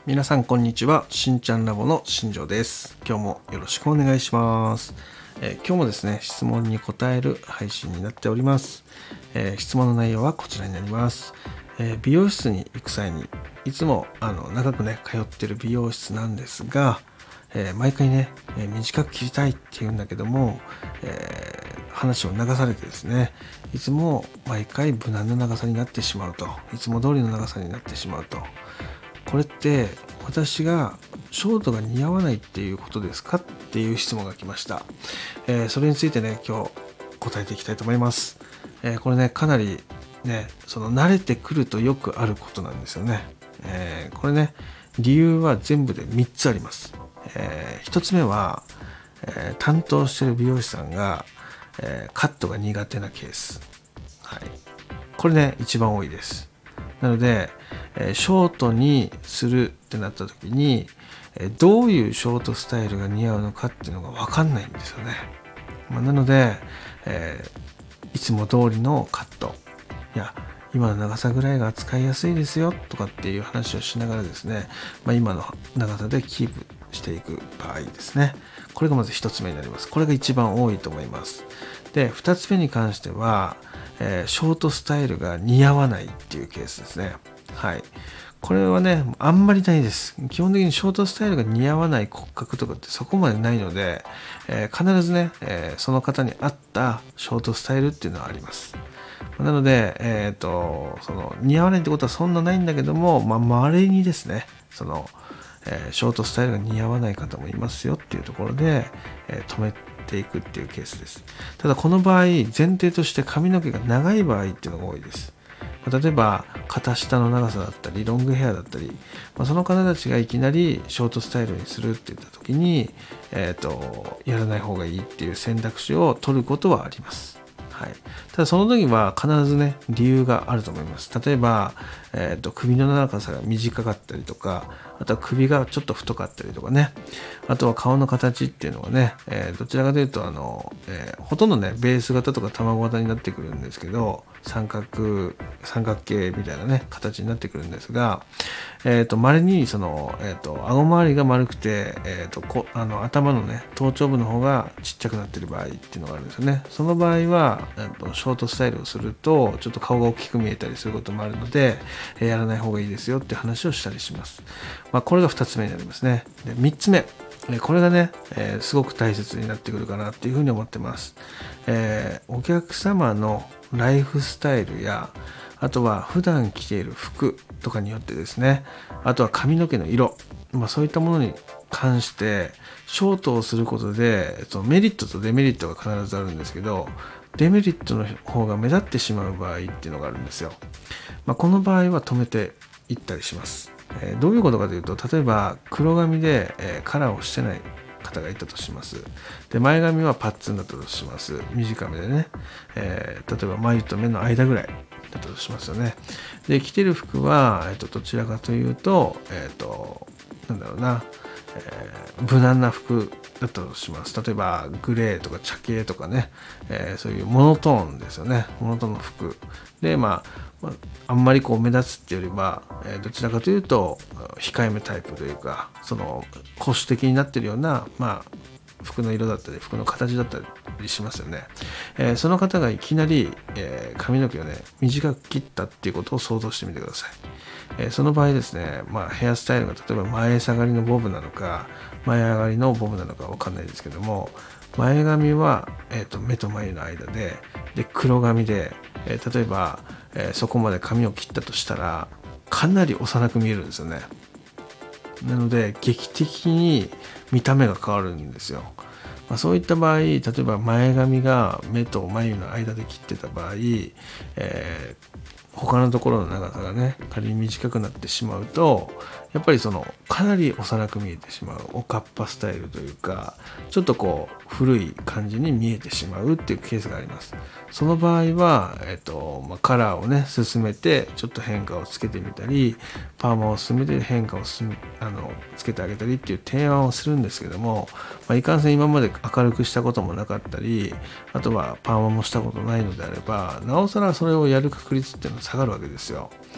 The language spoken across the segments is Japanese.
皆さんこんにちは。しんちゃんラボの新庄です。今日もよろしくお願いします。今日もですね、質問に答える配信になっております。質問の内容はこちらになります。美容室に行く際にいつも長くね通ってる美容室なんですが、毎回ね、短く切りたいって言うんだけども、話を流されてですね、いつも毎回無難な長さになってしまうと、いつも通りの長さになってしまうと。これって私がショートが似合わないっていうことですかっていう質問が来ました。それについてね今日答えていきたいと思います。これねかなりね慣れてくるとよくあることなんですよね。これね理由は全部で3つあります。1つ目は、担当している美容師さんが、カットが苦手なケース、はい、これね一番多いです。なので、ショートにするってなった時に、どういうショートスタイルが似合うのかっていうのが分かんないんですよね。なので、いつも通りのカットや今の長さぐらいが使いやすいですよとかっていう話をしながらですね、今の長さでキープしていく場合ですね。これがまず1つ目になります。これが一番多いと思います。で、2つ目に関しては、ショートスタイルが似合わないっていうケースですね。はい。これはね、あんまりないです。基本的にショートスタイルが似合わない骨格とかってそこまでないので、必ずね、その方に合ったショートスタイルっていうのはあります。なので、似合わないってことはそんなないんだけども、稀にですね、ショートスタイルが似合わない方もいますよっていうところで、止めていくっていうケースです。ただこの場合、前提として髪の毛が長い場合っていうのが多いです。例えば肩下の長さだったりロングヘアだったり、その方たちがいきなりショートスタイルにするって言った時に、やらない方がいいっていう選択肢を取ることはあります。はい、ただその時は必ずね理由があると思います。例えば、首の長さが短かったりとか、あとは首がちょっと太かったりとかね、あとは顔の形っていうのがね、どちらかというとほとんどねベース型とか卵型になってくるんですけど、三角形みたいなね形になってくるんですが、稀に顎周りが丸くて、頭のね頭頂部の方がちっちゃくなってる場合っていうのがあるんですよね。その場合はショートスタイルをするとちょっと顔が大きく見えたりすることもあるので、やらない方がいいですよって話をしたりします。これが2つ目になりますね。で3つ目、これがね、すごく大切になってくるかなっていうふうに思ってます。お客様のライフスタイルや、あとは普段着ている服とかによってですね、あとは髪の毛の色、そういったものに関してショートをすることでメリットとデメリットが必ずあるんですけど、デメリットの方が目立ってしまう場合っていうのがあるんですよ。この場合は止めていったりします。どういうことかというと、例えば黒髪で、カラーをしてない方がいたとします。で、前髪はパッツンだったとします。短めでね、例えば眉と目の間ぐらいだったとしますよね。で、着てる服は、どちらかというと、無難な服だったとします。例えばグレーとか茶系とかね、そういうモノトーンですよね。モノトーンの服で、あんまりこう目立つっていうよりは、どちらかというと控えめタイプというか、保守的になっているような、服の色だったり服の形だったりしますよね。その方がいきなり、髪の毛をね短く切ったっていうことを想像してみてください。その場合ですね、ヘアスタイルが例えば前下がりのボブなのか前上がりのボブなのか分かんないですけども、前髪は、目と眉の間で黒髪で、例えば、そこまで髪を切ったとしたらかなり幼く見えるんですよね。なので劇的に見た目が変わるんですよ。そういった場合、例えば前髪が目と眉の間で切ってた場合、他のところの長さがね仮に短くなってしまうと、やっぱりかなり幼く見えてしまうおかっぱスタイルというか、ちょっとこう古い感じに見えてしまうっていうケースがあります。その場合は、カラーをね進めてちょっと変化をつけてみたり、パーマを進めて変化をつけてあげたりっていう提案をするんですけども、いかんせん今まで明るくしたこともなかったり、あとはパーマもしたことないのであれば、なおさらそれをやる確率っていうのは下がるわけですよ。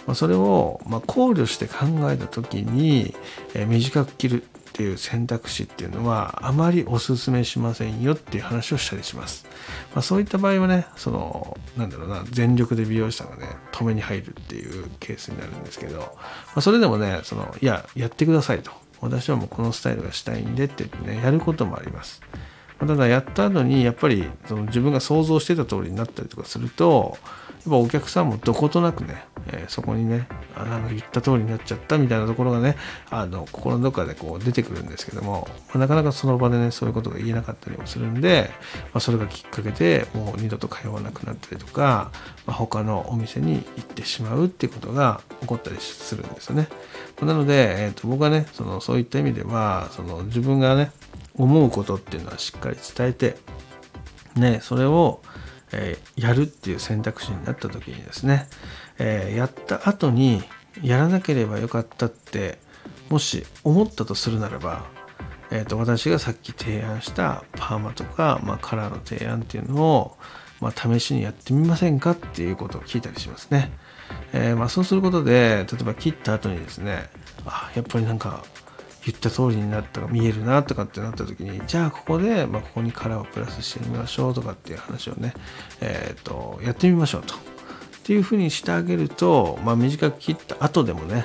それを考慮して考えた時に、短く切るっていう選択肢っていうのはあまりお勧めしませんよっていう話をしたりします。そういった場合はね、全力で美容師さんがね止めに入るっていうケースになるんですけど、それでもねやってくださいと、私はもうこのスタイルがしたいんでって言ってねやることもあります。ただやった後にやっぱり自分が想像してた通りになったりとかすると、やっぱお客さんもどことなくね、そこにね言った通りになっちゃったみたいなところがね心のどっかで出てくるんですけども、なかなかその場でねそういうことが言えなかったりもするんで、それがきっかけでもう二度と通わなくなったりとか、他のお店に行ってしまうっていうことが起こったりするんですよね。なので、僕はねそういった意味では自分がね思うことっていうのはしっかり伝えてね、それを、やるっていう選択肢になった時にですね、やった後にやらなければよかったってもし思ったとするならば、私がさっき提案したパーマとか、カラーの提案っていうのを、試しにやってみませんかっていうことを聞いたりしますね。そうすることで、例えば切った後にですね、やっぱりなんか言った通りになったら見えるなとかってなった時に、じゃあここで、ここにカラーをプラスしてみましょうとかっていう話をね、やってみましょうとっていうふうにしてあげると、短く切った後でもね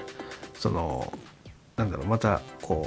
また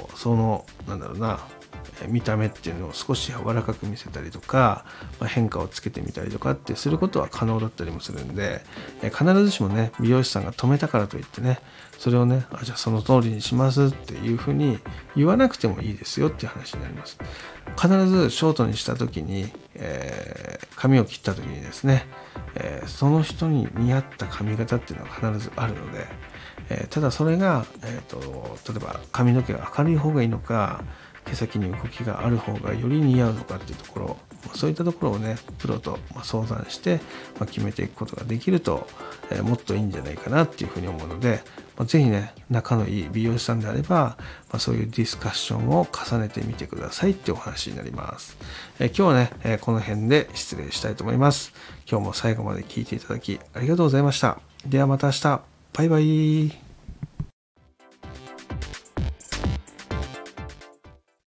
見た目っていうのを少し柔らかく見せたりとか、変化をつけてみたりとかってすることは可能だったりもするんで、必ずしもね美容師さんが止めたからといってねそれをねじゃあその通りにしますっていうふうに言わなくてもいいですよっていう話になります。必ずショートにした時に、髪を切った時にですね、その人に似合った髪型っていうのは必ずあるので、ただそれが、例えば髪の毛が明るい方がいいのか毛先に動きがある方がより似合うのかっていうところ、そういったところをねプロと相談して決めていくことができると、もっといいんじゃないかなっていうふうに思うので、ぜひね仲のいい美容師さんであれば、そういうディスカッションを重ねてみてくださいっていうお話になります。今日はね、この辺で失礼したいと思います。今日も最後まで聞いていただきありがとうございました。ではまた明日。バイバイ。